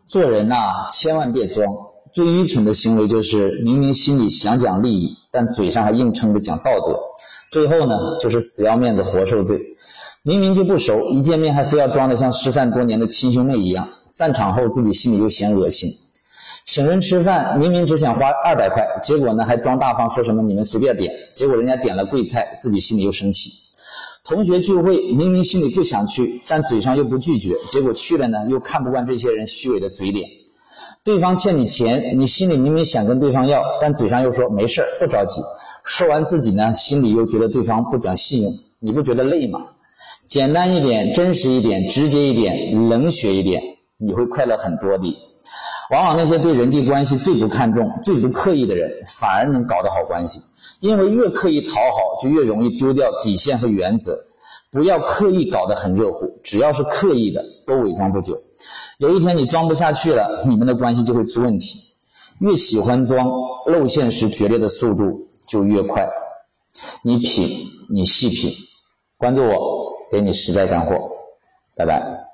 做人呐，千万别装。最愚蠢的行为就是明明心里想讲利益，但嘴上还硬撑着讲道德。最后呢，就是死要面子活受罪。明明就不熟，一见面还非要装得像失散多年的亲兄妹一样，散场后自己心里又嫌恶心。请人吃饭，明明只想花200块，结果呢还装大方说什么你们随便点，结果人家点了贵菜，自己心里又生气。同学聚会，明明心里不想去，但嘴上又不拒绝，结果去了呢又看不惯这些人虚伪的嘴脸。对方欠你钱，你心里明明想跟对方要，但嘴上又说没事不着急，说完自己呢心里又觉得对方不讲信用，你不觉得累吗？简单一点，真实一点，直接一点，冷血一点，你会快乐很多的。往往那些对人际关系最不看重、最不刻意的人，反而能搞得好关系。因为越刻意讨好，就越容易丢掉底线和原则。不要刻意搞得很热乎，只要是刻意的，都伪装不久。有一天你装不下去了，你们的关系就会出问题。越喜欢装，露馅时决裂的速度就越快。你品，你细品。关注我，给你实在干货。拜拜。